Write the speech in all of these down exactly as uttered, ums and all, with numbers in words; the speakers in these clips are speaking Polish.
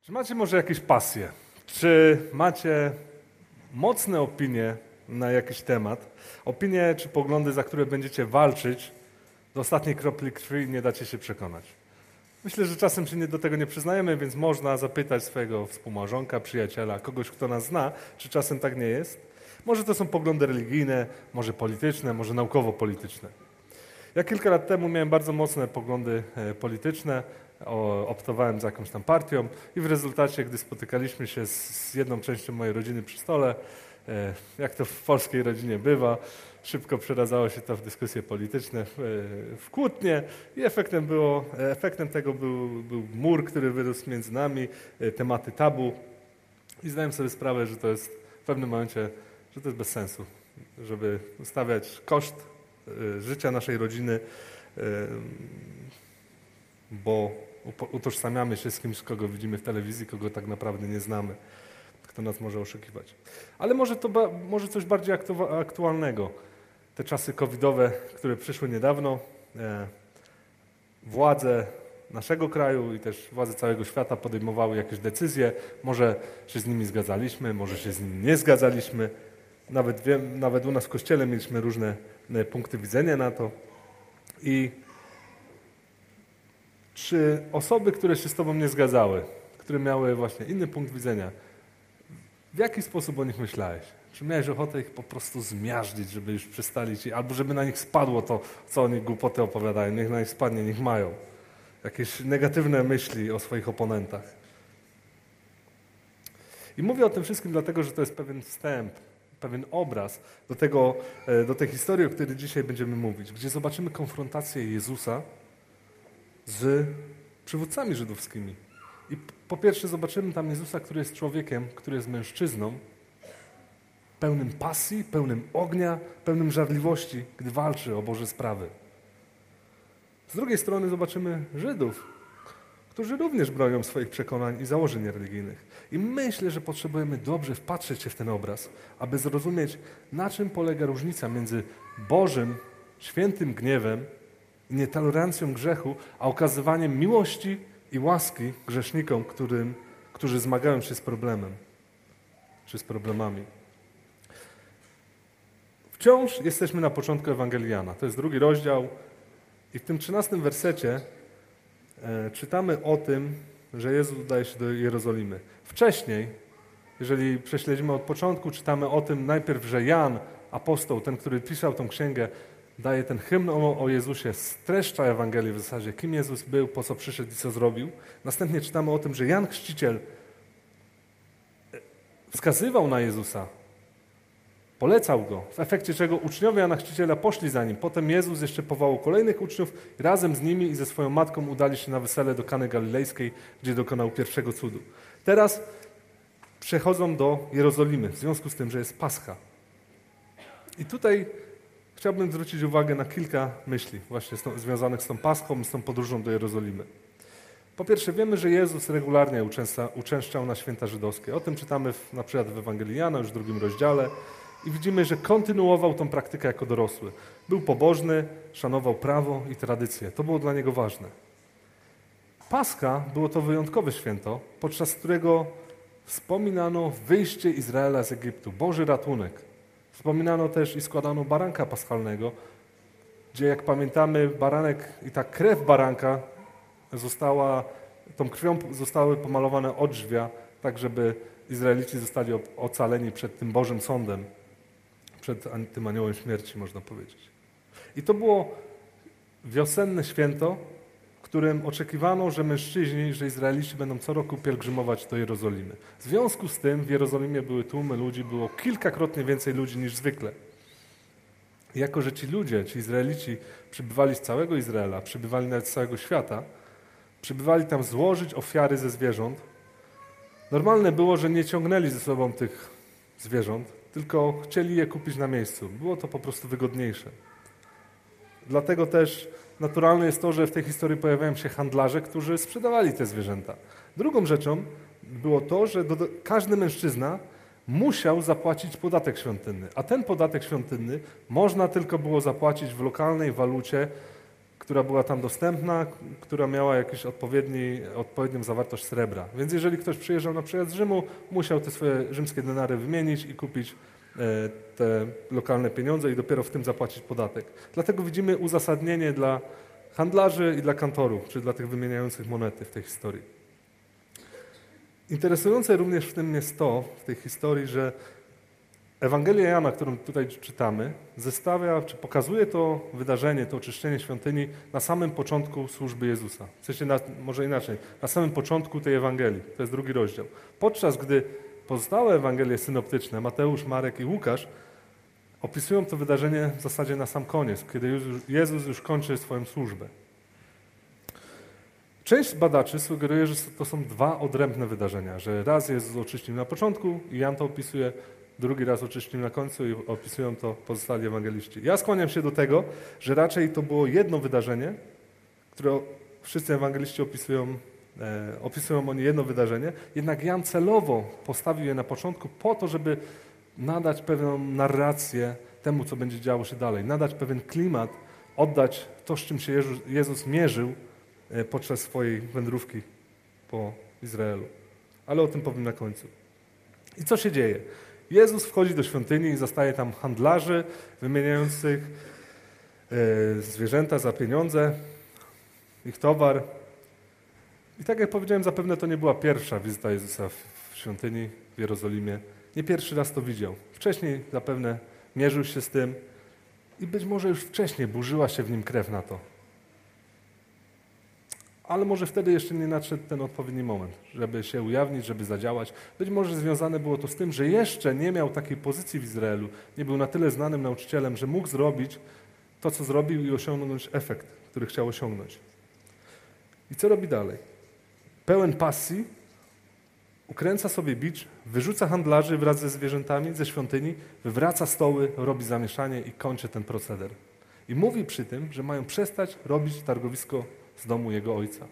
Czy macie może jakieś pasje? Czy macie mocne opinie na jakiś temat? Opinie czy poglądy, za które będziecie walczyć do ostatniej kropli krwi, nie dacie się przekonać. Myślę, że czasem się nie, do tego nie przyznajemy, więc można zapytać swojego współmałżonka, przyjaciela, kogoś, kto nas zna, czy czasem tak nie jest. Może to są poglądy religijne, może polityczne, może naukowo-polityczne. Ja kilka lat temu miałem bardzo mocne poglądy polityczne, o, optowałem za jakąś tam partią i w rezultacie, gdy spotykaliśmy się z, z jedną częścią mojej rodziny przy stole, e, jak to w polskiej rodzinie bywa, szybko przeradzało się to w dyskusje polityczne, w, w kłótnie i efektem, było, efektem tego był, był mur, który wyrósł między nami, e, tematy tabu i zdałem sobie sprawę, że to jest w pewnym momencie, że to jest bez sensu, żeby ustawiać koszt e, życia naszej rodziny, e, bo utożsamiamy się z kimś, kogo widzimy w telewizji, kogo tak naprawdę nie znamy, kto nas może oszukiwać. Ale może to ba- może coś bardziej aktu- aktualnego. Te czasy covidowe, które przyszły niedawno, e, władze naszego kraju i też władze całego świata podejmowały jakieś decyzje. Może się z nimi zgadzaliśmy, może się z nimi nie zgadzaliśmy. Nawet, wiem, nawet u nas w kościele mieliśmy różne e, punkty widzenia na to. I czy osoby, które się z Tobą nie zgadzały, które miały właśnie inny punkt widzenia, w jaki sposób o nich myślałeś? Czy miałeś ochotę ich po prostu zmiażdżyć, żeby już przestali ci, albo żeby na nich spadło to, co oni głupoty opowiadają, niech na nich spadnie, niech mają jakieś negatywne myśli o swoich oponentach. I mówię o tym wszystkim dlatego, że to jest pewien wstęp, pewien obraz do, tego, do tej historii, o której dzisiaj będziemy mówić, gdzie zobaczymy konfrontację Jezusa z przywódcami żydowskimi. I po pierwsze zobaczymy tam Jezusa, który jest człowiekiem, który jest mężczyzną, pełnym pasji, pełnym ognia, pełnym żarliwości, gdy walczy o Boże sprawy. Z drugiej strony zobaczymy Żydów, którzy również bronią swoich przekonań i założeń religijnych. I myślę, że potrzebujemy dobrze wpatrzeć się w ten obraz, aby zrozumieć, na czym polega różnica między Bożym, świętym gniewem i nietolerancją grzechu, a okazywaniem miłości i łaski grzesznikom, którym, którzy zmagają się z problemem, czy z problemami. Wciąż jesteśmy na początku Ewangelii Jana. To jest drugi rozdział i w tym trzynastym wersecie e, czytamy o tym, że Jezus udaje się do Jerozolimy. Wcześniej, jeżeli prześledzimy od początku, czytamy o tym najpierw, że Jan, apostoł, ten, który pisał tą księgę, daje ten hymn o, o Jezusie, streszcza Ewangelię w zasadzie, kim Jezus był, po co przyszedł i co zrobił. Następnie czytamy o tym, że Jan Chrzciciel wskazywał na Jezusa, polecał Go, w efekcie czego uczniowie Jana Chrzciciela poszli za Nim. Potem Jezus jeszcze powołał kolejnych uczniów i razem z nimi i ze swoją matką udali się na wesele do Kany Galilejskiej, gdzie dokonał pierwszego cudu. Teraz przechodzą do Jerozolimy, w związku z tym, że jest Pascha. I tutaj chciałbym zwrócić uwagę na kilka myśli właśnie z tą, związanych z tą Paschą i z tą podróżą do Jerozolimy. Po pierwsze, wiemy, że Jezus regularnie uczęszcza, uczęszczał na święta żydowskie. O tym czytamy w, na przykład w Ewangelii Jana, już w drugim rozdziale. I widzimy, że kontynuował tą praktykę jako dorosły. Był pobożny, szanował prawo i tradycje. To było dla niego ważne. Pascha było to wyjątkowe święto, podczas którego wspominano wyjście Izraela z Egiptu, Boży ratunek. Wspominano też i składano baranka paschalnego, gdzie, jak pamiętamy, baranek i ta krew baranka została, tą krwią zostały pomalowane odrzwia, tak żeby Izraelici zostali ocaleni przed tym Bożym sądem, przed tym aniołem śmierci, można powiedzieć. I to było wiosenne święto, w którym oczekiwano, że mężczyźni, że Izraelici będą co roku pielgrzymować do Jerozolimy. W związku z tym w Jerozolimie były tłumy ludzi, było kilkakrotnie więcej ludzi niż zwykle. I jako że ci ludzie, ci Izraelici przybywali z całego Izraela, przybywali nawet z całego świata, przybywali tam złożyć ofiary ze zwierząt, normalne było, że nie ciągnęli ze sobą tych zwierząt, tylko chcieli je kupić na miejscu. Było to po prostu wygodniejsze. Dlatego też naturalne jest to, że w tej historii pojawiają się handlarze, którzy sprzedawali te zwierzęta. Drugą rzeczą było to, że do, każdy mężczyzna musiał zapłacić podatek świątynny, a ten podatek świątynny można tylko było zapłacić w lokalnej walucie, która była tam dostępna, która miała jakąś odpowiedni, odpowiednią zawartość srebra. Więc jeżeli ktoś przyjeżdżał na przykład z Rzymu, musiał te swoje rzymskie denary wymienić i kupić te lokalne pieniądze i dopiero w tym zapłacić podatek. Dlatego widzimy uzasadnienie dla handlarzy i dla kantorów, czy dla tych wymieniających monety w tej historii. Interesujące również w tym jest to, w tej historii, że Ewangelia Jana, którą tutaj czytamy, zestawia, czy pokazuje to wydarzenie, to oczyszczenie świątyni na samym początku służby Jezusa. W sensie, na, może inaczej, na samym początku tej Ewangelii. To jest drugi rozdział. Podczas gdy pozostałe Ewangelie synoptyczne, Mateusz, Marek i Łukasz, opisują to wydarzenie w zasadzie na sam koniec, kiedy Jezus już kończy swoją służbę. Część badaczy sugeruje, że to są dwa odrębne wydarzenia, że raz Jezus oczyścił na początku i Jan to opisuje, drugi raz oczyścił na końcu i opisują to pozostali ewangeliści. Ja skłaniam się do tego, że raczej to było jedno wydarzenie, które wszyscy ewangeliści opisują, e, opisują oni jedno wydarzenie, jednak Jan celowo postawił je na początku po to, żeby nadać pewną narrację temu, co będzie działo się dalej, nadać pewien klimat, oddać to, z czym się Jezus, Jezus mierzył e, podczas swojej wędrówki po Izraelu. Ale o tym powiem na końcu. I co się dzieje? Jezus wchodzi do świątyni i zastaje tam handlarzy wymieniających e, zwierzęta za pieniądze, ich towar. I tak jak powiedziałem, zapewne to nie była pierwsza wizyta Jezusa w świątyni w Jerozolimie. Nie pierwszy raz to widział. Wcześniej zapewne mierzył się z tym i być może już wcześniej burzyła się w nim krew na to. Ale może wtedy jeszcze nie nadszedł ten odpowiedni moment, żeby się ujawnić, żeby zadziałać. Być może związane było to z tym, że jeszcze nie miał takiej pozycji w Izraelu, nie był na tyle znanym nauczycielem, że mógł zrobić to, co zrobił i osiągnąć efekt, który chciał osiągnąć. I co robi dalej? Pełen pasji ukręca sobie bicz, wyrzuca handlarzy wraz ze zwierzętami ze świątyni, wywraca stoły, robi zamieszanie i kończy ten proceder. I mówi przy tym, że mają przestać robić targowisko z domu jego ojca.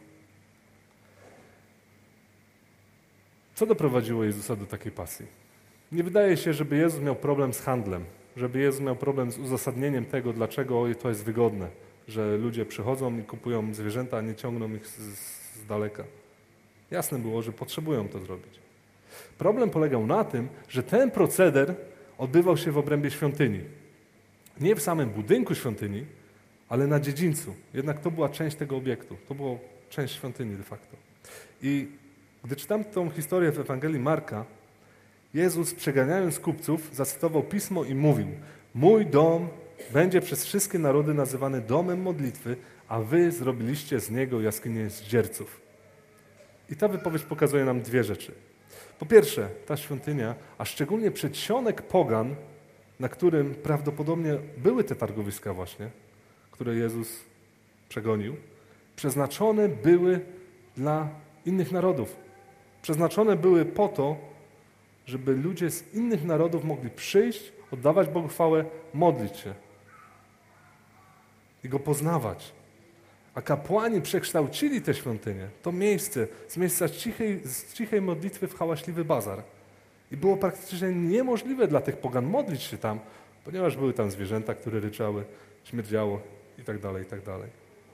Co doprowadziło Jezusa do takiej pasji? Nie wydaje się, żeby Jezus miał problem z handlem, żeby Jezus miał problem z uzasadnieniem tego, dlaczego to jest wygodne, że ludzie przychodzą i kupują zwierzęta, a nie ciągną ich z, z daleka. Jasne było, że potrzebują to zrobić. Problem polegał na tym, że ten proceder odbywał się w obrębie świątyni. Nie w samym budynku świątyni, ale na dziedzińcu. Jednak to była część tego obiektu. To była część świątyni de facto. I gdy czytam tą historię w Ewangelii Marka, Jezus, przeganiając kupców, zacytował Pismo i mówił: mój dom będzie przez wszystkie narody nazywany domem modlitwy, a wy zrobiliście z niego jaskinię zdzierców. I ta wypowiedź pokazuje nam dwie rzeczy. Po pierwsze, ta świątynia, a szczególnie przedsionek pogan, na którym prawdopodobnie były te targowiska właśnie, które Jezus przegonił, przeznaczone były dla innych narodów. Przeznaczone były po to, żeby ludzie z innych narodów mogli przyjść, oddawać Bogu chwałę, modlić się i Go poznawać. A kapłani przekształcili tę świątynię, to miejsce, z miejsca cichej, z cichej modlitwy w hałaśliwy bazar. I było praktycznie niemożliwe dla tych pogan modlić się tam, ponieważ były tam zwierzęta, które ryczały, śmierdziało i tak dalej, i tak dalej.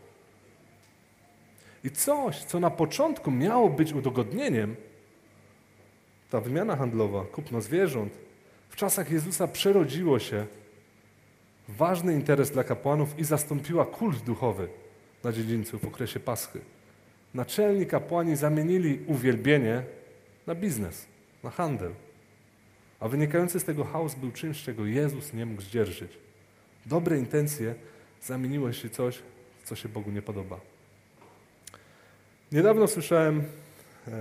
I coś, co na początku miało być udogodnieniem, ta wymiana handlowa, kupno zwierząt, w czasach Jezusa przerodziło się w ważny interes dla kapłanów i zastąpiła kult duchowy na dziedzińcu w okresie Paschy. Naczelni kapłani zamienili uwielbienie na biznes, na handel. A wynikający z tego chaos był czymś, czego Jezus nie mógł zdzierżyć. Dobre intencje zamieniło się w coś, co się Bogu nie podoba. Niedawno słyszałem e,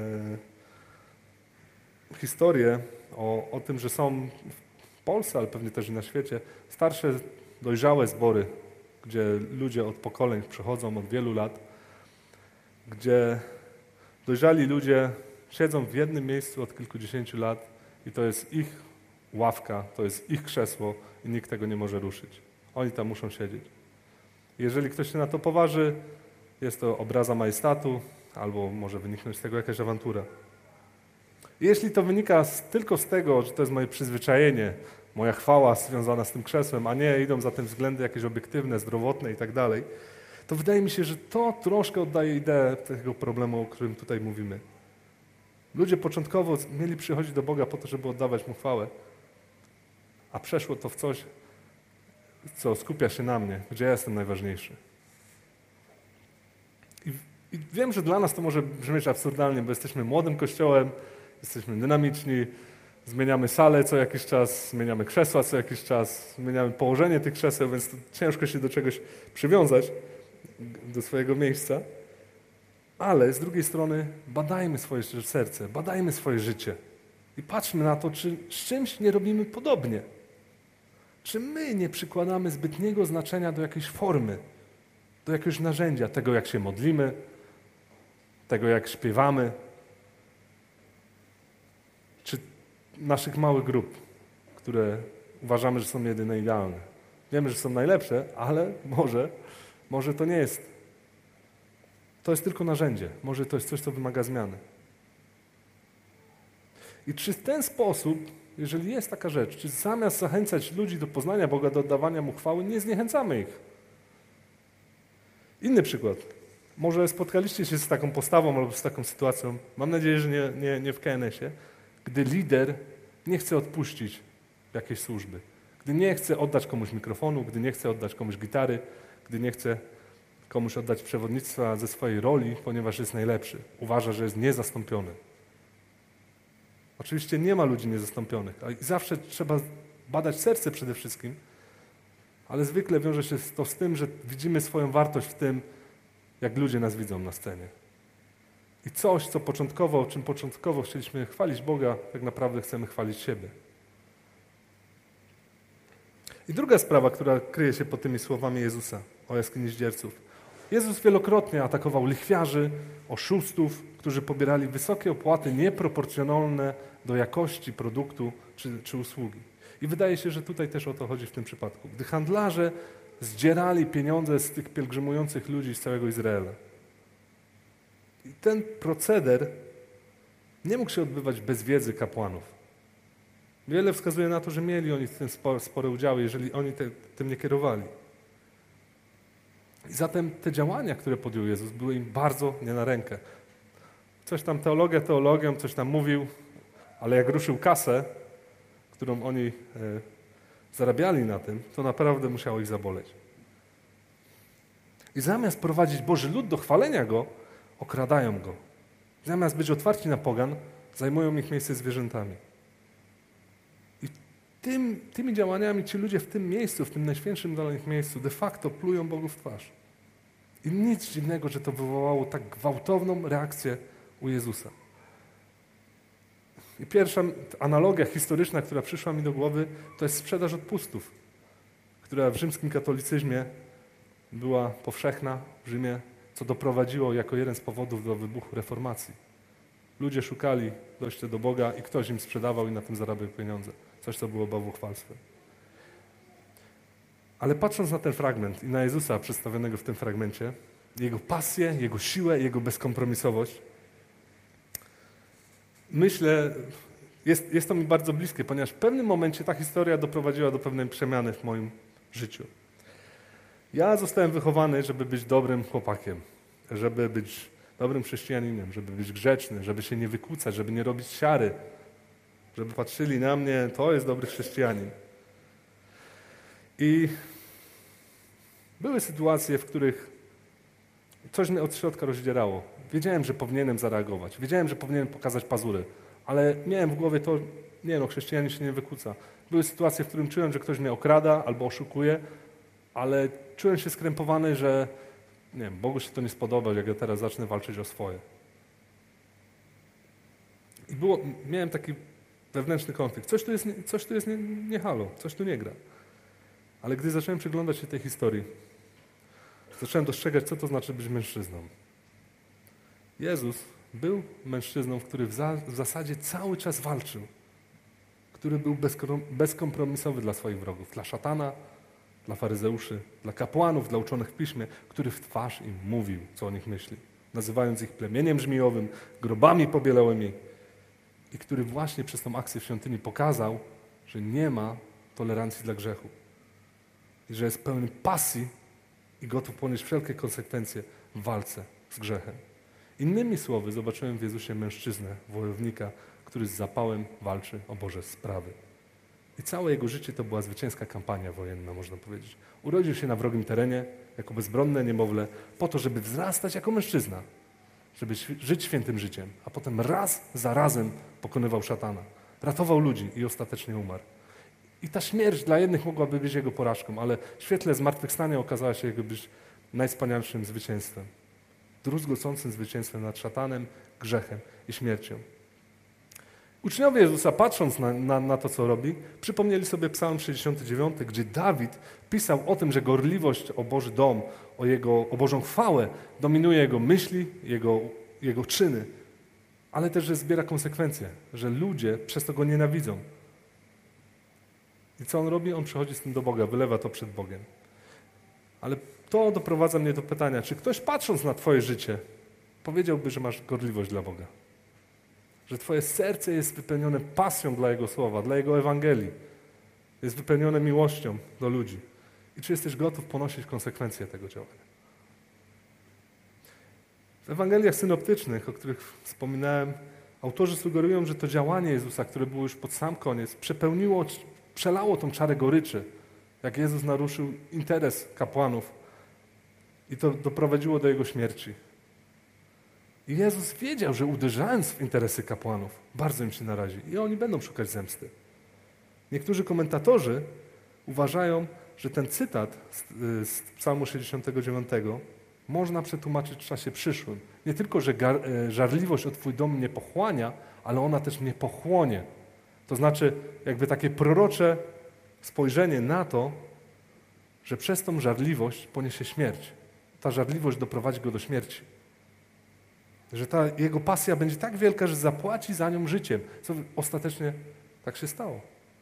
historię o, o tym, że są w Polsce, ale pewnie też i na świecie, starsze, dojrzałe zbory, gdzie ludzie od pokoleń przychodzą od wielu lat, gdzie dojrzali ludzie siedzą w jednym miejscu od kilkudziesięciu lat i to jest ich ławka, to jest ich krzesło i nikt tego nie może ruszyć. Oni tam muszą siedzieć. Jeżeli ktoś się na to poważy, jest to obraza majestatu, albo może wyniknąć z tego jakaś awantura. I jeśli to wynika z, tylko z tego, że to jest moje przyzwyczajenie, moja chwała związana z tym krzesłem, a nie idą za tym względy jakieś obiektywne, zdrowotne i tak dalej, to wydaje mi się, że to troszkę oddaje ideę tego problemu, o którym tutaj mówimy. Ludzie początkowo mieli przychodzić do Boga po to, żeby oddawać Mu chwałę, a przeszło to w coś, co skupia się na mnie, gdzie ja jestem najważniejszy. I, I wiem, że dla nas to może brzmieć absurdalnie, bo jesteśmy młodym kościołem, jesteśmy dynamiczni, zmieniamy salę co jakiś czas, zmieniamy krzesła co jakiś czas, zmieniamy położenie tych krzeseł, więc to ciężko się do czegoś przywiązać, do swojego miejsca. Ale z drugiej strony badajmy swoje serce, badajmy swoje życie i patrzmy na to, czy z czymś nie robimy podobnie. Czy my nie przykładamy zbytniego znaczenia do jakiejś formy, do jakiegoś narzędzia, tego jak się modlimy, tego jak śpiewamy, czy naszych małych grup, które uważamy, że są jedyne idealne. Wiemy, że są najlepsze, ale może, może to nie jest. To jest tylko narzędzie. Może to jest coś, co wymaga zmiany. I czy w ten sposób, jeżeli jest taka rzecz, czy zamiast zachęcać ludzi do poznania Boga, do oddawania Mu chwały, nie zniechęcamy ich? Inny przykład. Może spotkaliście się z taką postawą albo z taką sytuacją, mam nadzieję, że nie, nie, nie w K N S-ie, gdy lider nie chce odpuścić jakiejś służby, gdy nie chce oddać komuś mikrofonu, gdy nie chce oddać komuś gitary, gdy nie chce komuś oddać przewodnictwa ze swojej roli, ponieważ jest najlepszy. Uważa, że jest niezastąpiony. Oczywiście nie ma ludzi niezastąpionych, a zawsze trzeba badać serce przede wszystkim, ale zwykle wiąże się to z tym, że widzimy swoją wartość w tym, jak ludzie nas widzą na scenie. I coś, co początkowo, czym początkowo chcieliśmy chwalić Boga, tak naprawdę chcemy chwalić siebie. I druga sprawa, która kryje się pod tymi słowami Jezusa o jaskini zdzierców. Jezus wielokrotnie atakował lichwiarzy, oszustów, którzy pobierali wysokie opłaty nieproporcjonalne do jakości produktu czy, czy usługi. I wydaje się, że tutaj też o to chodzi w tym przypadku. Gdy handlarze zdzierali pieniądze z tych pielgrzymujących ludzi z całego Izraela. I ten proceder nie mógł się odbywać bez wiedzy kapłanów. Wiele wskazuje na to, że mieli oni w tym spore, spore udziały, jeżeli oni te, tym nie kierowali. I zatem te działania, które podjął Jezus, były im bardzo nie na rękę. Coś tam teologia teologią, coś tam mówił, ale jak ruszył kasę, którą oni e, zarabiali na tym, to naprawdę musiało ich zaboleć. I zamiast prowadzić Boży lud do chwalenia Go, okradają Go. Zamiast być otwarci na pogan, zajmują ich miejsce zwierzętami. I tym, tymi działaniami ci ludzie w tym miejscu, w tym najświętszym dla nich miejscu, de facto plują Bogu w twarz. I nic dziwnego, że to wywołało tak gwałtowną reakcję u Jezusa. I pierwsza analogia historyczna, która przyszła mi do głowy, to jest sprzedaż odpustów, która w rzymskim katolicyzmie była powszechna w Rzymie, co doprowadziło jako jeden z powodów do wybuchu reformacji. Ludzie szukali dojścia do Boga i ktoś im sprzedawał i na tym zarabiał pieniądze. Coś, co było bałwochwalstwem. Ale patrząc na ten fragment i na Jezusa przedstawionego w tym fragmencie, Jego pasję, Jego siłę, Jego bezkompromisowość, myślę, jest, jest to mi bardzo bliskie, ponieważ w pewnym momencie ta historia doprowadziła do pewnej przemiany w moim życiu. Ja zostałem wychowany, żeby być dobrym chłopakiem, żeby być dobrym chrześcijaninem, żeby być grzeczny, żeby się nie wykłócać, żeby nie robić siary, żeby patrzyli na mnie, to jest dobry chrześcijanin. I były sytuacje, w których coś mnie od środka rozdzierało. Wiedziałem, że powinienem zareagować, wiedziałem, że powinienem pokazać pazury, ale miałem w głowie to, nie no, chrześcijanin się nie wykłóca. Były sytuacje, w których czułem, że ktoś mnie okrada albo oszukuje, ale czułem się skrępowany, że nie wiem, Bogu się to nie spodoba, jak ja teraz zacznę walczyć o swoje. I było, miałem taki wewnętrzny konflikt. Coś tu jest, coś tu jest nie, nie halo, coś tu nie gra. Ale gdy zacząłem przyglądać się tej historii, zacząłem dostrzegać, co to znaczy być mężczyzną. Jezus był mężczyzną, który w, za, w zasadzie cały czas walczył, który był bezkompromisowy dla swoich wrogów, dla szatana, dla faryzeuszy, dla kapłanów, dla uczonych w piśmie, który w twarz im mówił, co o nich myśli, nazywając ich plemieniem żmijowym, grobami pobielołymi i który właśnie przez tą akcję w świątyni pokazał, że nie ma tolerancji dla grzechu i że jest pełny pasji i gotów ponieść wszelkie konsekwencje w walce z grzechem. Innymi słowy, zobaczyłem w Jezusie mężczyznę, wojownika, który z zapałem walczy o Boże sprawy. I całe jego życie to była zwycięska kampania wojenna, można powiedzieć. Urodził się na wrogim terenie, jako bezbronne niemowlę, po to, żeby wzrastać jako mężczyzna, żeby żyć świętym życiem, a potem raz za razem pokonywał szatana. Ratował ludzi i ostatecznie umarł. I ta śmierć dla jednych mogłaby być jego porażką, ale w świetle zmartwychwstania okazała się jego być najwspanialszym zwycięstwem. Druzgocącym zwycięstwem nad szatanem, grzechem i śmiercią. Uczniowie Jezusa, patrząc na, na, na to, co robi, przypomnieli sobie Psalm sześćdziesiąty dziewiąty, gdzie Dawid pisał o tym, że gorliwość o Boży dom, o, jego, o Bożą chwałę dominuje jego myśli, jego, jego czyny, ale też, że zbiera konsekwencje, że ludzie przez to go nienawidzą. I co on robi? On przychodzi z tym do Boga, wylewa to przed Bogiem. Ale to doprowadza mnie do pytania, czy ktoś patrząc na twoje życie powiedziałby, że masz gorliwość dla Boga? Że twoje serce jest wypełnione pasją dla Jego Słowa, dla Jego Ewangelii. Jest wypełnione miłością do ludzi. I czy jesteś gotów ponosić konsekwencje tego działania? W Ewangeliach synoptycznych, o których wspominałem, autorzy sugerują, że to działanie Jezusa, które było już pod sam koniec, przepełniło, przelało tą czarę goryczy, jak Jezus naruszył interes kapłanów i to doprowadziło do Jego śmierci. I Jezus wiedział, że uderzając w interesy kapłanów, bardzo im się narazi i oni będą szukać zemsty. Niektórzy komentatorzy uważają, że ten cytat z, z Psalmu sześćdziesiątego dziewiątego można przetłumaczyć w czasie przyszłym. Nie tylko, że gar, żarliwość o Twój dom mnie pochłania, ale ona też mnie pochłonie. To znaczy jakby takie prorocze spojrzenie na to, że przez tą żarliwość poniesie śmierć. Ta żarliwość doprowadzi go do śmierci. Że ta jego pasja będzie tak wielka, że zapłaci za nią życiem. Co ostatecznie tak się stało.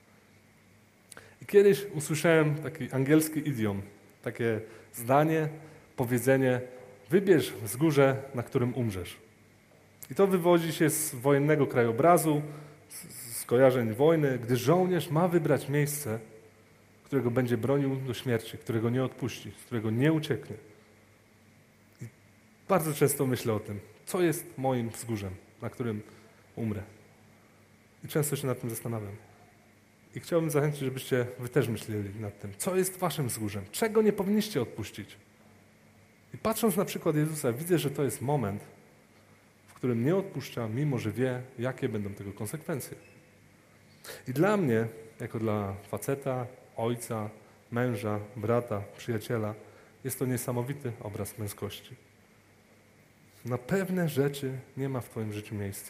I kiedyś usłyszałem taki angielski idiom, takie zdanie, powiedzenie: wybierz wzgórze, na którym umrzesz. I to wywodzi się z wojennego krajobrazu, z skojarzeń wojny, gdy żołnierz ma wybrać miejsce, którego będzie bronił do śmierci, którego nie odpuści, z którego nie ucieknie. I bardzo często myślę o tym, co jest moim wzgórzem, na którym umrę. I często się nad tym zastanawiam. I chciałbym zachęcić, żebyście wy też myśleli nad tym, co jest waszym wzgórzem, czego nie powinniście odpuścić. I patrząc na przykład Jezusa, widzę, że to jest moment, w którym nie odpuszcza, mimo że wie, jakie będą tego konsekwencje. I dla mnie, jako dla faceta, ojca, męża, brata, przyjaciela, jest to niesamowity obraz męskości. Na pewne rzeczy nie ma w twoim życiu miejsca.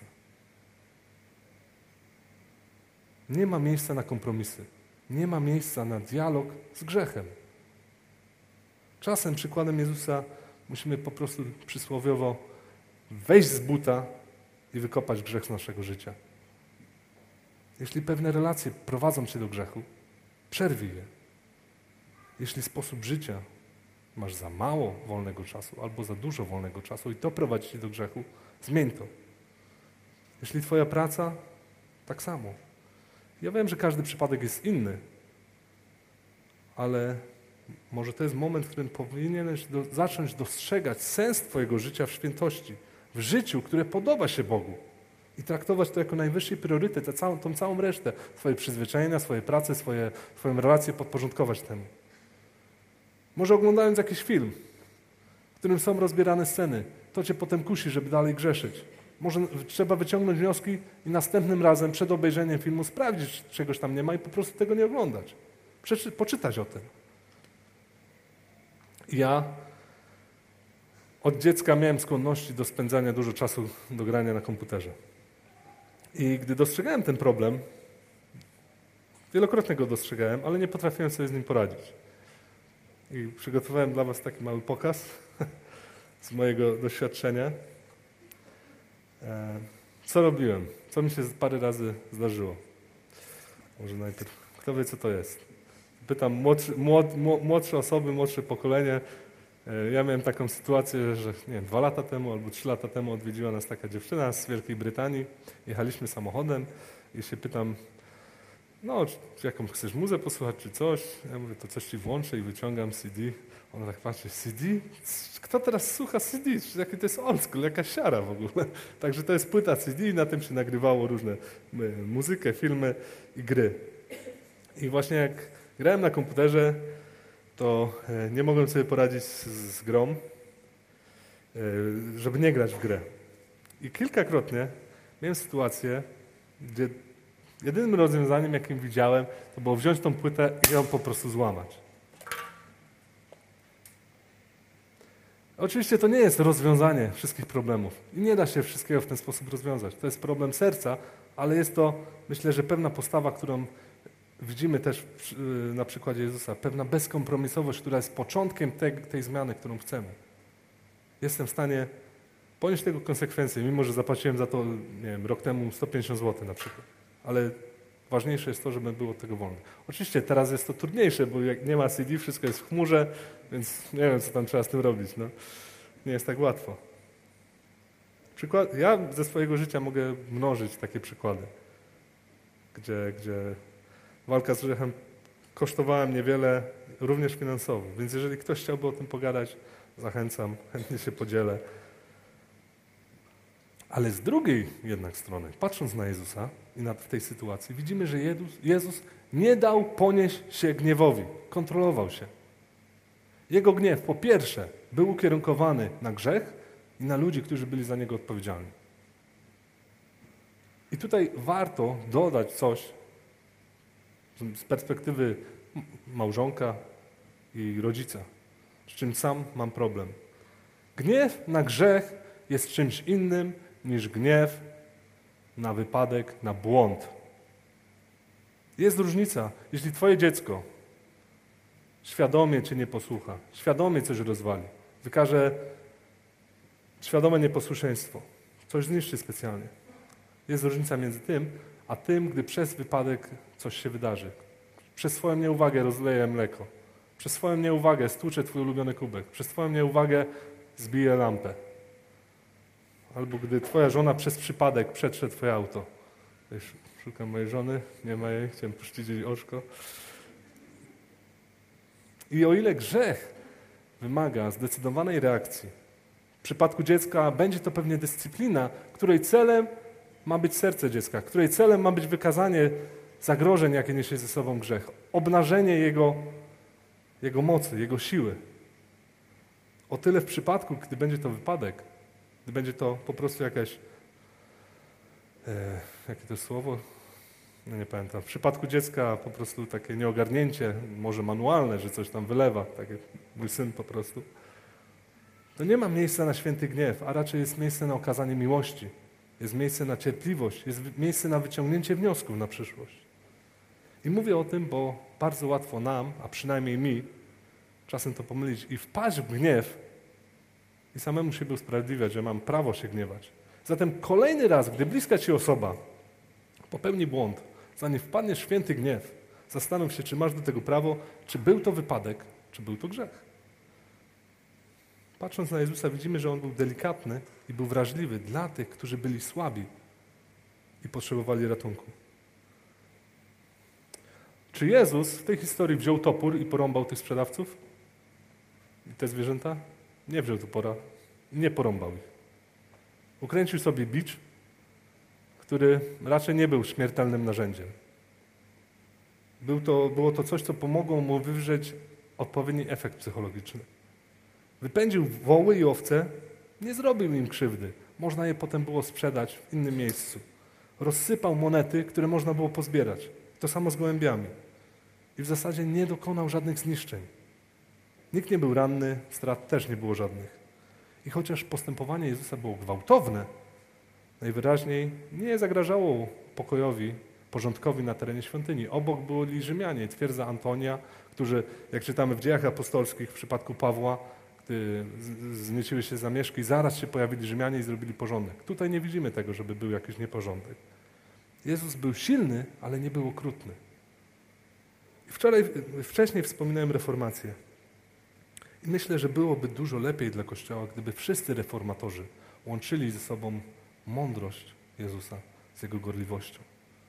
Nie ma miejsca na kompromisy. Nie ma miejsca na dialog z grzechem. Czasem przykładem Jezusa musimy po prostu przysłowiowo wejść z buta i wykopać grzech z naszego życia. Jeśli pewne relacje prowadzą cię do grzechu, przerwij je. Jeśli sposób życia masz za mało wolnego czasu albo za dużo wolnego czasu i to prowadzi cię do grzechu, zmień to. Jeśli twoja praca, tak samo. Ja wiem, że każdy przypadek jest inny, ale może to jest moment, w którym powinieneś do, zacząć dostrzegać sens twojego życia w świętości, w życiu, które podoba się Bogu i traktować to jako najwyższy priorytet, tę całą, tą całą resztę, swoje przyzwyczajenia, swoje prace, swoje, swoją relację podporządkować temu. Może oglądając jakiś film, w którym są rozbierane sceny, to cię potem kusi, żeby dalej grzeszyć. Może trzeba wyciągnąć wnioski i następnym razem przed obejrzeniem filmu sprawdzić, czy czegoś tam nie ma i po prostu tego nie oglądać. Przeczy, poczytać o tym. Ja od dziecka miałem skłonności do spędzania dużo czasu do grania na komputerze. I gdy dostrzegałem ten problem, wielokrotnie go dostrzegałem, ale nie potrafiłem sobie z nim poradzić. I przygotowałem dla was taki mały pokaz z mojego doświadczenia. Co robiłem? Co mi się parę razy zdarzyło? Może najpierw, kto wie, co to jest? Pytam młodszy, młod, młodsze osoby, młodsze pokolenie. Ja miałem taką sytuację, że nie wiem, dwa lata temu albo trzy lata temu odwiedziła nas taka dziewczyna z Wielkiej Brytanii. Jechaliśmy samochodem i się pytam, no, czy jaką chcesz muzę posłuchać, czy coś. Ja mówię, to coś ci włączę i wyciągam C D. Ona tak patrzy, C D? Kto teraz słucha C D? Jaki to jest old school, jakaś siara w ogóle. Także to jest płyta C D i na tym się nagrywało różne muzykę, filmy i gry. I właśnie jak grałem na komputerze, to nie mogłem sobie poradzić z, z grą, żeby nie grać w grę. I kilkakrotnie miałem sytuację, gdzie jedynym rozwiązaniem, jakim widziałem, to było wziąć tą płytę i ją po prostu złamać. Oczywiście to nie jest rozwiązanie wszystkich problemów i nie da się wszystkiego w ten sposób rozwiązać. To jest problem serca, ale jest to, myślę, że pewna postawa, którą widzimy też na przykładzie Jezusa, pewna bezkompromisowość, która jest początkiem tej, tej zmiany, którą chcemy. Jestem w stanie ponieść tego konsekwencje, mimo że zapłaciłem za to, nie wiem, rok temu sto pięćdziesiąt złotych na przykład. Ale ważniejsze jest to, żebym był od tego wolny. Oczywiście teraz jest to trudniejsze, bo jak nie ma C D, wszystko jest w chmurze, więc nie wiem, co tam trzeba z tym robić. No. Nie jest tak łatwo. Przykład, ja ze swojego życia mogę mnożyć takie przykłady, gdzie, gdzie walka z grzechem kosztowała mnie wiele, również finansowo. Więc jeżeli ktoś chciałby o tym pogadać, zachęcam, chętnie się podzielę. Ale z drugiej jednak strony, patrząc na Jezusa i na w tej sytuacji, widzimy, że Jezus, Jezus nie dał ponieść się gniewowi, kontrolował się. Jego gniew, po pierwsze, był ukierunkowany na grzech i na ludzi, którzy byli za niego odpowiedzialni. I tutaj warto dodać coś z perspektywy małżonka i rodzica, z czym sam mam problem. Gniew na grzech jest czymś innym niż gniew na wypadek, na błąd. Jest różnica. Jeśli twoje dziecko świadomie cię nie posłucha, świadomie coś rozwali, wykaże świadome nieposłuszeństwo, coś zniszczy specjalnie. Jest różnica między tym, a tym, gdy przez wypadek coś się wydarzy. Przez swoją nieuwagę rozleje mleko. Przez swoją nieuwagę stłucze twój ulubiony kubek. Przez twoją nieuwagę zbije lampę. Albo gdy twoja żona przez przypadek przetrze twoje auto. Szukam mojej żony, nie ma jej, chciałem puścić jej oczko. I o ile grzech wymaga zdecydowanej reakcji, w przypadku dziecka będzie to pewnie dyscyplina, której celem ma być serce dziecka, której celem ma być wykazanie zagrożeń, jakie niesie ze sobą grzech, obnażenie jego, jego mocy, jego siły. O tyle w przypadku, gdy będzie to wypadek, gdy będzie to po prostu jakaś, e, jakie to jest słowo? No nie pamiętam. W przypadku dziecka po prostu takie nieogarnięcie, może manualne, że coś tam wylewa, tak jak mój syn po prostu. To nie ma miejsca na święty gniew, a raczej jest miejsce na okazanie miłości. Jest miejsce na cierpliwość, jest miejsce na wyciągnięcie wniosków na przyszłość. I mówię o tym, bo bardzo łatwo nam, a przynajmniej mi, czasem to pomylić i wpaść w gniew i samemu siebie usprawiedliwiać, że mam prawo się gniewać. Zatem kolejny raz, gdy bliska ci osoba popełni błąd, zanim wpadniesz w święty gniew, zastanów się, czy masz do tego prawo, czy był to wypadek, czy był to grzech. Patrząc na Jezusa widzimy, że On był delikatny i był wrażliwy dla tych, którzy byli słabi i potrzebowali ratunku. Czy Jezus w tej historii wziął topór i porąbał tych sprzedawców? I te zwierzęta? Nie wziął topora, nie porąbał ich. Ukręcił sobie bicz, który raczej nie był śmiertelnym narzędziem. Był to, było to coś, co pomogło mu wywrzeć odpowiedni efekt psychologiczny. Wypędził woły i owce, nie zrobił im krzywdy. Można je potem było sprzedać w innym miejscu. Rozsypał monety, które można było pozbierać. To samo z gołębiami. I w zasadzie nie dokonał żadnych zniszczeń. Nikt nie był ranny, strat też nie było żadnych. I chociaż postępowanie Jezusa było gwałtowne, najwyraźniej nie zagrażało pokojowi, porządkowi na terenie świątyni. Obok byli Rzymianie, twierdza Antonia, którzy, jak czytamy w Dziejach Apostolskich, w przypadku Pawła, gdy znieciły się zamieszki, zaraz się pojawili Rzymianie i zrobili porządek. Tutaj nie widzimy tego, żeby był jakiś nieporządek. Jezus był silny, ale nie był okrutny. I wczoraj, wcześniej wspominałem reformację. I myślę, że byłoby dużo lepiej dla Kościoła, gdyby wszyscy reformatorzy łączyli ze sobą mądrość Jezusa z Jego gorliwością.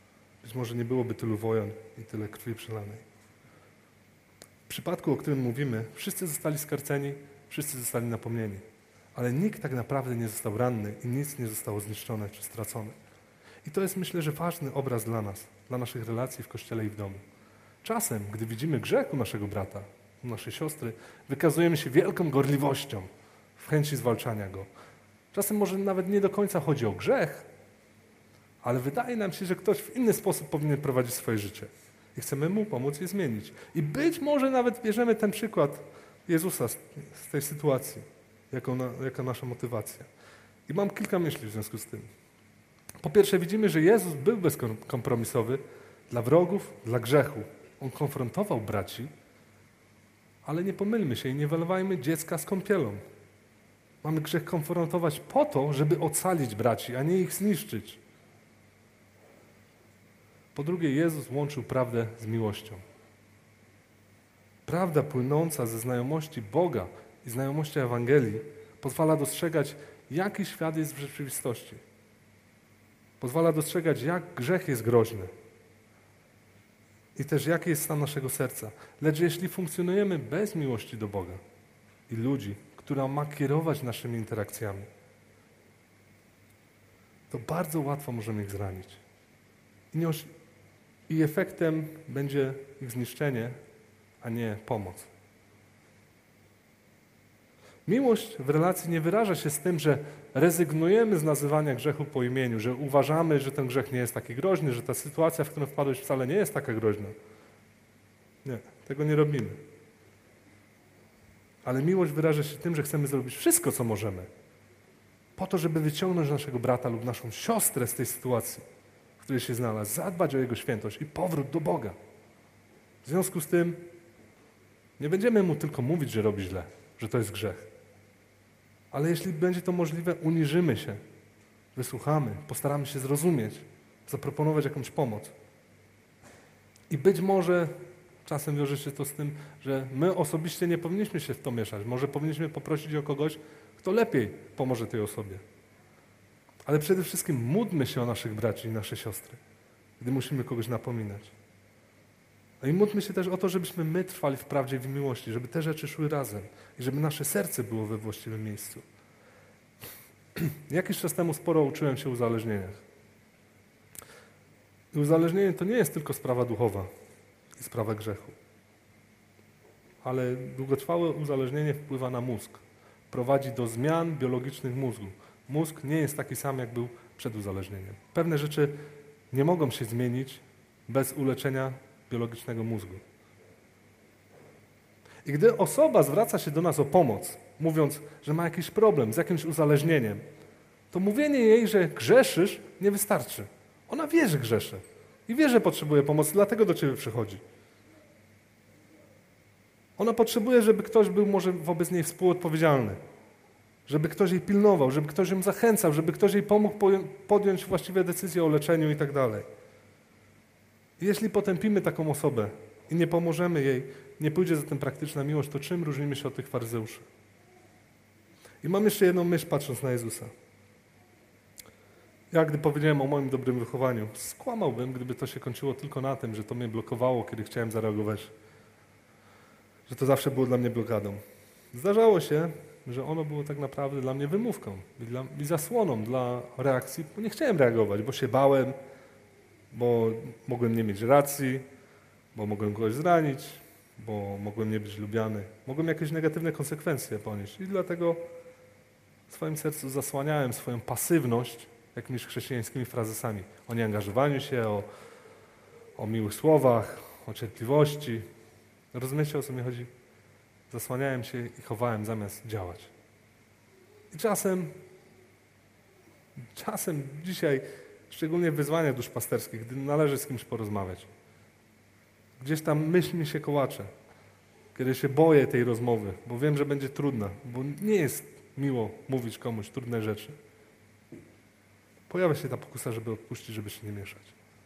być może nie byłoby tylu wojen i tyle krwi przelanej. W przypadku, o którym mówimy, wszyscy zostali skarceni, wszyscy zostali napomnieni, ale nikt tak naprawdę nie został ranny i nic nie zostało zniszczone czy stracone. I to jest, myślę, że ważny obraz dla nas, dla naszych relacji w Kościele i w domu. Czasem, gdy widzimy grzech u naszego brata, u naszej siostry, wykazujemy się wielką gorliwością w chęci zwalczania go. Czasem może nawet nie do końca chodzi o grzech, ale wydaje nam się, że ktoś w inny sposób powinien prowadzić swoje życie. I chcemy mu pomóc je zmienić. I być może nawet bierzemy ten przykład Jezusa z, z tej sytuacji, jako, na, jako nasza motywacja. I mam kilka myśli w związku z tym. Po pierwsze, widzimy, że Jezus był bezkompromisowy dla wrogów, dla grzechu. On konfrontował braci, ale nie pomylmy się i nie wylewajmy dziecka z kąpielą. Mamy grzech konfrontować po to, żeby ocalić braci, a nie ich zniszczyć. Po drugie, Jezus łączył prawdę z miłością. Prawda płynąca ze znajomości Boga i znajomości Ewangelii pozwala dostrzegać, jaki świat jest w rzeczywistości. Pozwala dostrzegać, jak grzech jest groźny. I też jaki jest stan naszego serca. Lecz jeśli funkcjonujemy bez miłości do Boga i ludzi, która ma kierować naszymi interakcjami, to bardzo łatwo możemy ich zranić. I, nie oś- I efektem będzie ich zniszczenie, a nie pomoc. Miłość w relacji nie wyraża się z tym, że rezygnujemy z nazywania grzechu po imieniu, że uważamy, że ten grzech nie jest taki groźny, że ta sytuacja, w którą wpadłeś, wcale nie jest taka groźna. Nie, tego nie robimy. Ale miłość wyraża się tym, że chcemy zrobić wszystko, co możemy, po to, żeby wyciągnąć naszego brata lub naszą siostrę z tej sytuacji, w której się znalazł, zadbać o jego świętość i powrót do Boga. W związku z tym nie będziemy mu tylko mówić, że robi źle, że to jest grzech. Ale jeśli będzie to możliwe, uniżymy się, wysłuchamy, postaramy się zrozumieć, zaproponować jakąś pomoc. I być może czasem wiąże się to z tym, że my osobiście nie powinniśmy się w to mieszać. Może powinniśmy poprosić o kogoś, kto lepiej pomoże tej osobie. Ale przede wszystkim módlmy się o naszych braci i nasze siostry, gdy musimy kogoś napominać. No i módlmy się też o to, żebyśmy my trwali w prawdzie i w miłości, żeby te rzeczy szły razem i żeby nasze serce było we właściwym miejscu. Jakiś czas temu sporo uczyłem się o uzależnieniach. I uzależnienie to nie jest tylko sprawa duchowa i sprawa grzechu. Ale długotrwałe uzależnienie wpływa na mózg. Prowadzi do zmian biologicznych mózgu. Mózg nie jest taki sam, jak był przed uzależnieniem. Pewne rzeczy nie mogą się zmienić bez uleczenia biologicznego mózgu. I gdy osoba zwraca się do nas o pomoc, mówiąc, że ma jakiś problem z jakimś uzależnieniem, to mówienie jej, że grzeszysz, nie wystarczy. Ona wie, że grzeszy i wie, że potrzebuje pomocy, dlatego do ciebie przychodzi. Ona potrzebuje, żeby ktoś był może wobec niej współodpowiedzialny, żeby ktoś jej pilnował, żeby ktoś ją zachęcał, żeby ktoś jej pomógł podjąć właściwe decyzje o leczeniu i tak dalej. Jeśli potępimy taką osobę i nie pomożemy jej, nie pójdzie za tym praktyczna miłość, to czym różnimy się od tych faryzeuszy? I mam jeszcze jedną myśl, patrząc na Jezusa. Ja, gdy powiedziałem o moim dobrym wychowaniu, skłamałbym, gdyby to się kończyło tylko na tym, że to mnie blokowało, kiedy chciałem zareagować. Że to zawsze było dla mnie blokadą. Zdarzało się, że ono było tak naprawdę dla mnie wymówką i, dla, i zasłoną dla reakcji, bo nie chciałem reagować, bo się bałem, bo mogłem nie mieć racji, bo mogłem kogoś zranić, bo mogłem nie być lubiany. Mogłem jakieś negatywne konsekwencje ponieść i dlatego w swoim sercu zasłaniałem swoją pasywność jakimiś chrześcijańskimi frazesami o nieangażowaniu się, o, o miłych słowach, o cierpliwości. Rozumiecie, o co mi chodzi? Zasłaniałem się i chowałem zamiast działać. I czasem, czasem dzisiaj, szczególnie w wyzwaniach duszpasterskich, gdy należy z kimś porozmawiać, gdzieś tam myśl mi się kołacze, kiedy się boję tej rozmowy, bo wiem, że będzie trudna, bo nie jest miło mówić komuś trudne rzeczy. Pojawia się ta pokusa, żeby odpuścić, żeby się nie mieszać.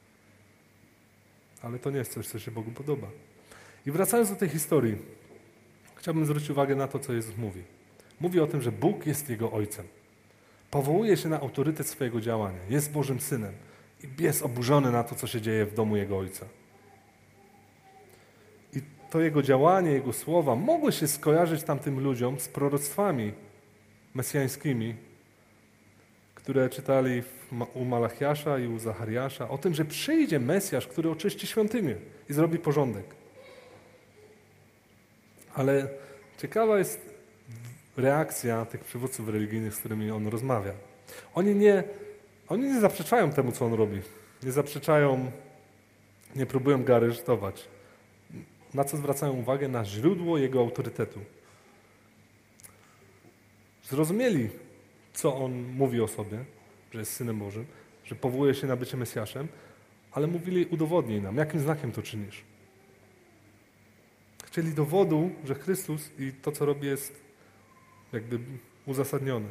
Ale to nie jest coś, co się Bogu podoba. I wracając do tej historii, chciałbym zwrócić uwagę na to, co Jezus mówi. Mówi o tym, że Bóg jest Jego Ojcem. Powołuje się na autorytet swojego działania. Jest Bożym Synem. I jest oburzony na to, co się dzieje w domu jego ojca. I to jego działanie, jego słowa mogły się skojarzyć tamtym ludziom z proroctwami mesjańskimi, które czytali u Malachiasza i u Zachariasza, o tym, że przyjdzie Mesjasz, który oczyści świątynię i zrobi porządek. Ale ciekawa jest reakcja tych przywódców religijnych, z którymi on rozmawia. Oni nie, oni nie zaprzeczają temu, co on robi. Nie zaprzeczają, nie próbują go aresztować. Na co zwracają uwagę? Na źródło jego autorytetu. Zrozumieli, co on mówi o sobie, że jest Synem Bożym, że powołuje się na bycie Mesjaszem, ale mówili, udowodnij nam, jakim znakiem to czynisz. Chcieli dowodu, że Chrystus i to, co robi, jest jakby uzasadnione.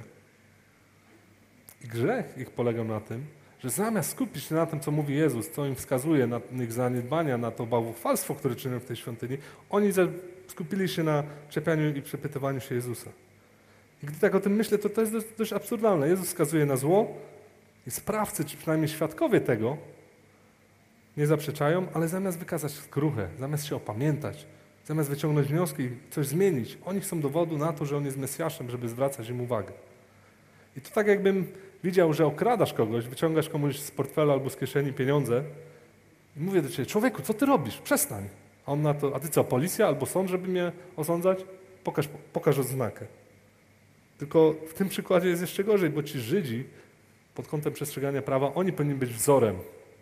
I grzech ich polegał na tym, że zamiast skupić się na tym, co mówi Jezus, co im wskazuje na ich zaniedbania, na to bałwochwalstwo, które czynią w tej świątyni, oni skupili się na czepianiu i przepytywaniu się Jezusa. I gdy tak o tym myślę, to to jest dość, dość absurdalne. Jezus wskazuje na zło i sprawcy, czy przynajmniej świadkowie tego, nie zaprzeczają, ale zamiast wykazać skruchę, zamiast się opamiętać, zamiast wyciągnąć wnioski i coś zmienić, oni chcą dowodu na to, że On jest Mesjaszem, żeby zwracać im uwagę. I to tak jakbym widział, że okradasz kogoś, wyciągasz komuś z portfela albo z kieszeni pieniądze i mówię do ciebie, człowieku, co ty robisz? Przestań. A on na to, a ty co, policja albo sąd, żeby mnie osądzać? Pokaż, pokaż odznakę. Tylko w tym przykładzie jest jeszcze gorzej, bo ci Żydzi pod kątem przestrzegania prawa, oni powinni być wzorem,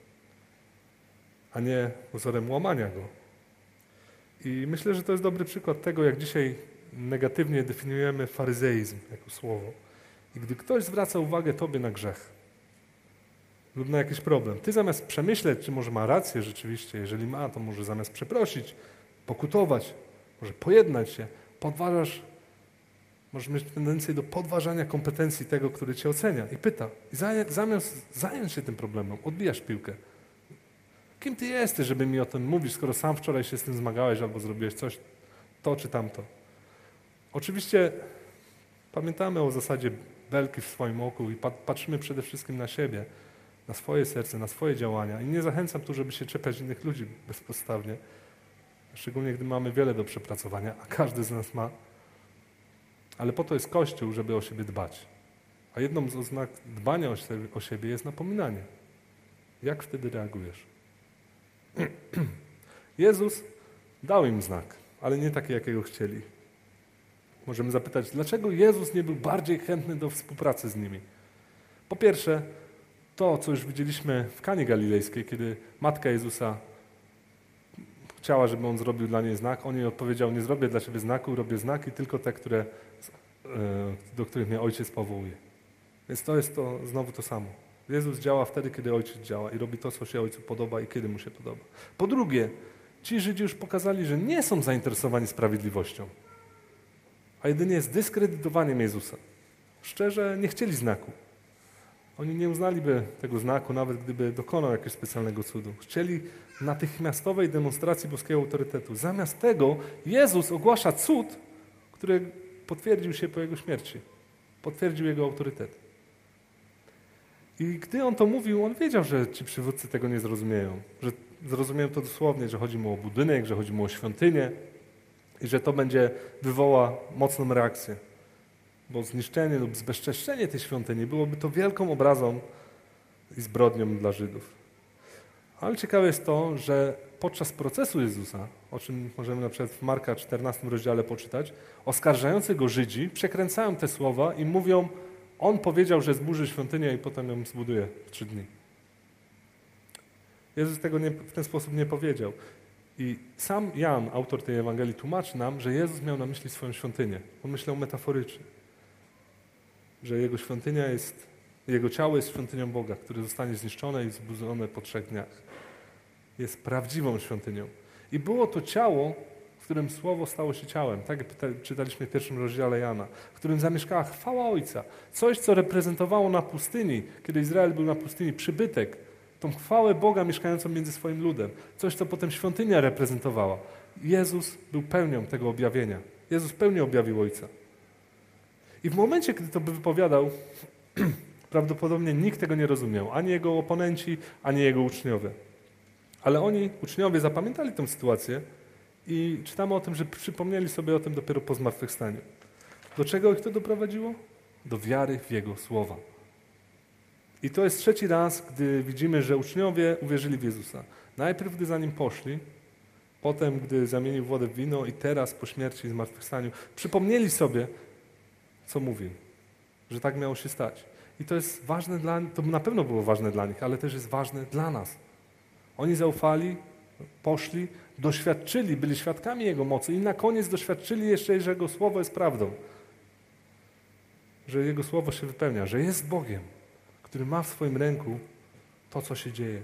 a nie wzorem łamania go. I myślę, że to jest dobry przykład tego, jak dzisiaj negatywnie definiujemy faryzeizm jako słowo. I gdy ktoś zwraca uwagę tobie na grzech lub na jakiś problem, ty zamiast przemyśleć, czy może ma rację rzeczywiście, jeżeli ma, to może zamiast przeprosić, pokutować, może pojednać się, podważasz, możesz mieć tendencję do podważania kompetencji tego, który cię ocenia i pyta. I zamiast zająć się tym problemem, odbijasz piłkę. Kim ty jesteś, żeby mi o tym mówić, skoro sam wczoraj się z tym zmagałeś albo zrobiłeś coś, to czy tamto. Oczywiście pamiętamy o zasadzie belki w swoim oku i patrzymy przede wszystkim na siebie, na swoje serce, na swoje działania. I nie zachęcam tu, żeby się czepiać innych ludzi bezpodstawnie, szczególnie gdy mamy wiele do przepracowania, a każdy z nas ma. Ale po to jest Kościół, żeby o siebie dbać. A jedną z oznak dbania o siebie jest napominanie. Jak wtedy reagujesz? Jezus dał im znak, ale nie taki, jakiego chcieli. Możemy zapytać, dlaczego Jezus nie był bardziej chętny do współpracy z nimi? Po pierwsze, to, co już widzieliśmy w Kanie Galilejskiej, kiedy matka Jezusa chciała, żeby On zrobił dla niej znak, On jej odpowiedział, nie zrobię dla ciebie znaku, robię znaki tylko te, które, do których mnie Ojciec powołuje. Więc to jest to znowu to samo. Jezus działa wtedy, kiedy Ojciec działa i robi to, co się Ojcu podoba i kiedy Mu się podoba. Po drugie, ci Żydzi już pokazali, że nie są zainteresowani sprawiedliwością, a jedynie zdyskredytowaniem Jezusa. Szczerze nie chcieli znaku. Oni nie uznaliby tego znaku, nawet gdyby dokonał jakiegoś specjalnego cudu. Chcieli natychmiastowej demonstracji boskiego autorytetu. Zamiast tego Jezus ogłasza cud, który potwierdził się po Jego śmierci. Potwierdził Jego autorytet. I gdy On to mówił, On wiedział, że ci przywódcy tego nie zrozumieją. Że zrozumieją to dosłownie, że chodzi mu o budynek, że chodzi mu o świątynię i że to będzie wywoła mocną reakcję. Bo zniszczenie lub zbezczeszczenie tej świątyni byłoby to wielką obrazą i zbrodnią dla Żydów. Ale ciekawe jest to, że podczas procesu Jezusa, o czym możemy na przykład w Marka czternastym rozdziale poczytać, oskarżający Go Żydzi przekręcają te słowa i mówią, On powiedział, że zburzy świątynię i potem ją zbuduje w trzy dni. Jezus tego nie, w ten sposób nie powiedział. I sam Jan, autor tej Ewangelii, tłumaczy nam, że Jezus miał na myśli swoją świątynię. On myślał metaforycznie, że Jego świątynia jest, Jego ciało jest świątynią Boga, które zostanie zniszczone i zburzone po trzech dniach. Jest prawdziwą świątynią. I było to ciało, w którym Słowo stało się ciałem, tak jak czytaliśmy w pierwszym rozdziale Jana, w którym zamieszkała chwała Ojca. Coś, co reprezentowało na pustyni, kiedy Izrael był na pustyni, przybytek, tą chwałę Boga mieszkającą między swoim ludem. Coś, co potem świątynia reprezentowała. Jezus był pełnią tego objawienia. Jezus pełnią objawił Ojca. I w momencie, kiedy to by wypowiadał, Prawdopodobnie nikt tego nie rozumiał, ani jego oponenci, ani jego uczniowie. Ale oni, uczniowie, zapamiętali tę sytuację i czytamy o tym, że przypomnieli sobie o tym dopiero po zmartwychwstaniu. Do czego ich to doprowadziło? Do wiary w Jego słowa. I to jest trzeci raz, gdy widzimy, że uczniowie uwierzyli w Jezusa. Najpierw, gdy za Nim poszli, potem, gdy zamienił wodę w wino i teraz, po śmierci i zmartwychwstaniu, przypomnieli sobie, co mówił, że tak miało się stać. I to jest ważne dla nich, to na pewno było ważne dla nich, ale też jest ważne dla nas. Oni zaufali, poszli, doświadczyli, byli świadkami Jego mocy i na koniec doświadczyli jeszcze, że Jego Słowo jest prawdą. Że Jego Słowo się wypełnia, że jest Bogiem, który ma w swoim ręku to, co się dzieje.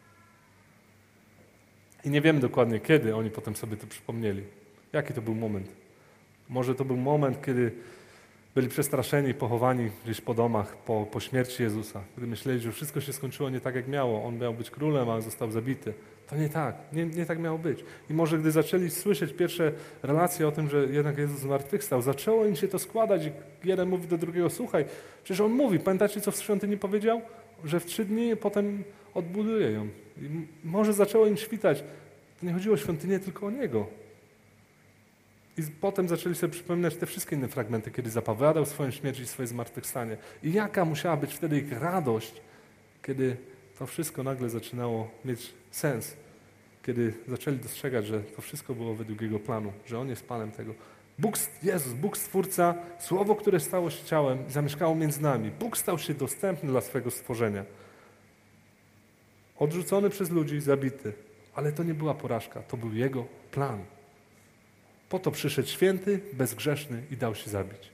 I nie wiemy dokładnie, kiedy oni potem sobie to przypomnieli. Jaki to był moment? Może to był moment, kiedy byli przestraszeni, pochowani gdzieś po domach po, po śmierci Jezusa, gdy myśleli, że wszystko się skończyło nie tak, jak miało. On miał być królem, a został zabity. To nie tak. Nie, nie tak miało być. I może gdy zaczęli słyszeć pierwsze relacje o tym, że jednak Jezus zmartwychwstał, zaczęło im się to składać i jeden mówi do drugiego, słuchaj, przecież On mówi, pamiętacie, co w świątyni powiedział? Że w trzy dni potem odbuduje ją. I może zaczęło im świtać. To nie chodziło o świątynię, tylko o Niego. I potem zaczęli sobie przypominać te wszystkie inne fragmenty, kiedy zapowiadał swoją śmierć i swoje zmartwychwstanie. I jaka musiała być wtedy ich radość, kiedy to wszystko nagle zaczynało mieć sens. Kiedy zaczęli dostrzegać, że to wszystko było według Jego planu, że On jest Panem tego. Bóg, Jezus, Bóg Stwórca, Słowo, które stało się ciałem i zamieszkało między nami. Bóg stał się dostępny dla swojego stworzenia. Odrzucony przez ludzi, zabity. Ale to nie była porażka, to był Jego plan. Po to przyszedł święty, bezgrzeszny i dał się zabić.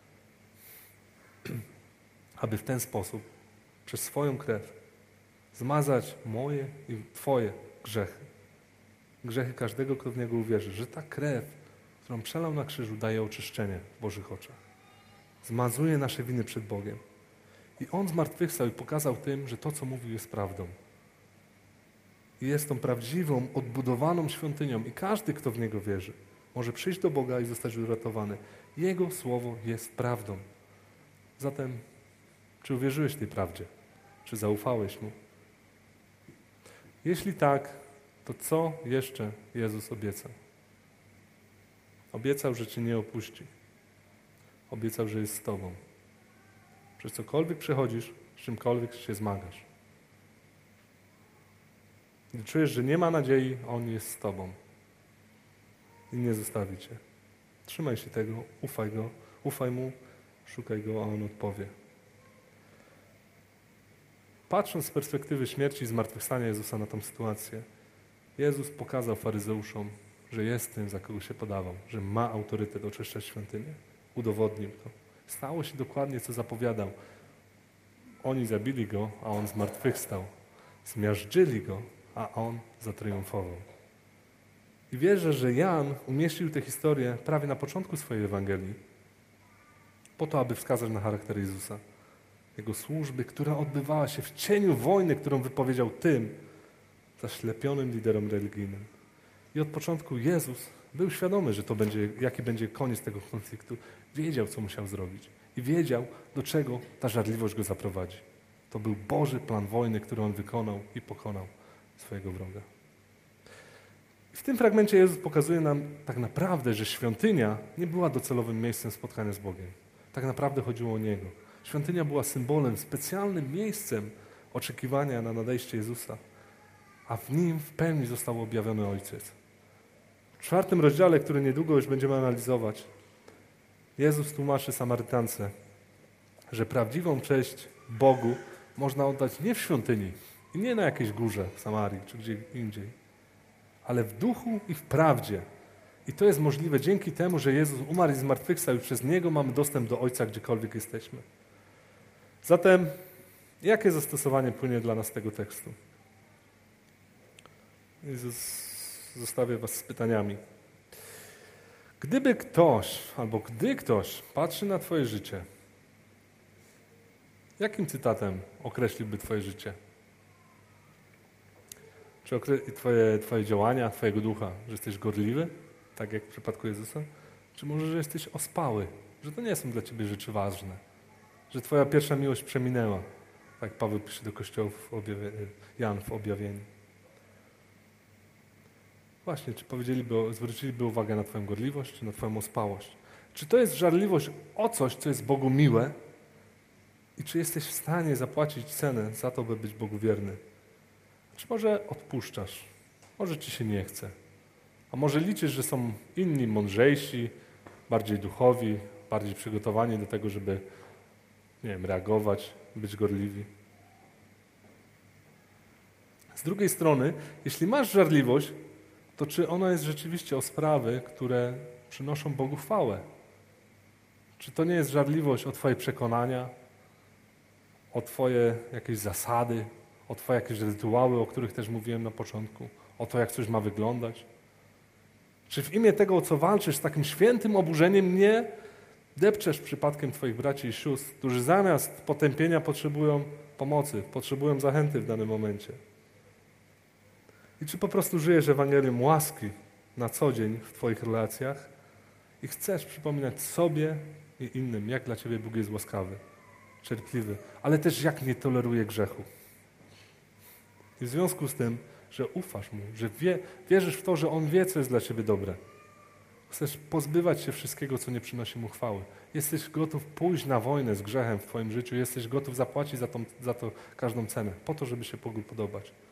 Aby w ten sposób, przez swoją krew, zmazać moje i Twoje grzechy. Grzechy każdego, kto w Niego uwierzy. Że ta krew, którą przelał na krzyżu, daje oczyszczenie w Bożych oczach. Zmazuje nasze winy przed Bogiem. I On zmartwychwstał i pokazał tym, że to, co mówił, jest prawdą. I jest tą prawdziwą, odbudowaną świątynią. I każdy, kto w Niego wierzy, może przyjść do Boga i zostać uratowany. Jego Słowo jest prawdą. Zatem, czy uwierzyłeś tej prawdzie? Czy zaufałeś Mu? Jeśli tak, to co jeszcze Jezus obiecał? Obiecał, że Cię nie opuści. Obiecał, że jest z Tobą. Przez cokolwiek przechodzisz, z czymkolwiek się zmagasz. Gdy czujesz, że nie ma nadziei, On jest z Tobą. I nie zostawi Cię. Trzymaj się tego, ufaj Go, ufaj Mu, szukaj Go, a On odpowie. Patrząc z perspektywy śmierci i zmartwychwstania Jezusa na tę sytuację, Jezus pokazał faryzeuszom, że jest tym, za kogo się podawał, że ma autorytet oczyszczać świątynię. Udowodnił to. Stało się dokładnie, co zapowiadał. Oni zabili Go, a On zmartwychwstał. Zmiażdżyli Go, a On zatriumfował. I wierzę, że Jan umieścił tę historię prawie na początku swojej Ewangelii, po to, aby wskazać na charakter Jezusa. Jego służby, która odbywała się w cieniu wojny, którą wypowiedział tym zaślepionym liderom religijnym. I od początku Jezus był świadomy, że to będzie, jaki będzie koniec tego konfliktu. Wiedział, co musiał zrobić. I wiedział, do czego ta żarliwość go zaprowadzi. To był Boży plan wojny, który On wykonał i pokonał swojego wroga. W tym fragmencie Jezus pokazuje nam tak naprawdę, że świątynia nie była docelowym miejscem spotkania z Bogiem. Tak naprawdę chodziło o Niego. Świątynia była symbolem, specjalnym miejscem oczekiwania na nadejście Jezusa, a w Nim w pełni został objawiony Ojciec. W czwartym rozdziale, który niedługo już będziemy analizować, Jezus tłumaczy Samarytance, że prawdziwą cześć Bogu można oddać nie w świątyni i nie na jakiejś górze w Samarii czy gdzie indziej, ale w duchu i w prawdzie. I to jest możliwe dzięki temu, że Jezus umarł i zmartwychwstał i przez Niego mamy dostęp do Ojca, gdziekolwiek jesteśmy. Zatem, jakie zastosowanie płynie dla nas tego tekstu? Jezus, zostawię was z pytaniami. Gdyby ktoś, albo gdy ktoś patrzy na Twoje życie, jakim cytatem określiłby Twoje życie? Czy okre- twoje, twoje działania, Twojego ducha, że jesteś gorliwy, tak jak w przypadku Jezusa? Czy może, że jesteś ospały, że to nie są dla Ciebie rzeczy ważne? że twoja pierwsza miłość przeminęła. Tak Paweł pisze do kościołów, w objawie, Jan w objawieniu. Właśnie, czy powiedzieliby, zwróciliby uwagę na twoją gorliwość, czy na twoją ospałość? Czy to jest żarliwość o coś, co jest Bogu miłe? I czy jesteś w stanie zapłacić cenę za to, by być Bogu wierny? Czy może odpuszczasz? Może ci się nie chce. A może liczysz, że są inni, mądrzejsi, bardziej duchowi, bardziej przygotowani do tego, żeby, nie wiem, reagować, być gorliwi? Z drugiej strony, jeśli masz żarliwość, to czy ona jest rzeczywiście o sprawy, które przynoszą Bogu chwałę? Czy to nie jest żarliwość o twoje przekonania, o twoje jakieś zasady, o twoje jakieś rytuały, o których też mówiłem na początku, o to, jak coś ma wyglądać? Czy w imię tego, o co walczysz, z takim świętym oburzeniem nie depczesz przypadkiem twoich braci i sióstr, którzy zamiast potępienia potrzebują pomocy, potrzebują zachęty w danym momencie? I czy po prostu żyjesz Ewangelium łaski na co dzień w twoich relacjach i chcesz przypominać sobie i innym, jak dla ciebie Bóg jest łaskawy, cierpliwy, ale też jak nie toleruje grzechu. I w związku z tym, że ufasz Mu, że wie, wierzysz w to, że On wie, co jest dla ciebie dobre. Chcesz pozbywać się wszystkiego, co nie przynosi Mu chwały. Jesteś gotów pójść na wojnę z grzechem w twoim życiu, jesteś gotów zapłacić za, tą, za to każdą cenę, po to, żeby się Bogu podobać.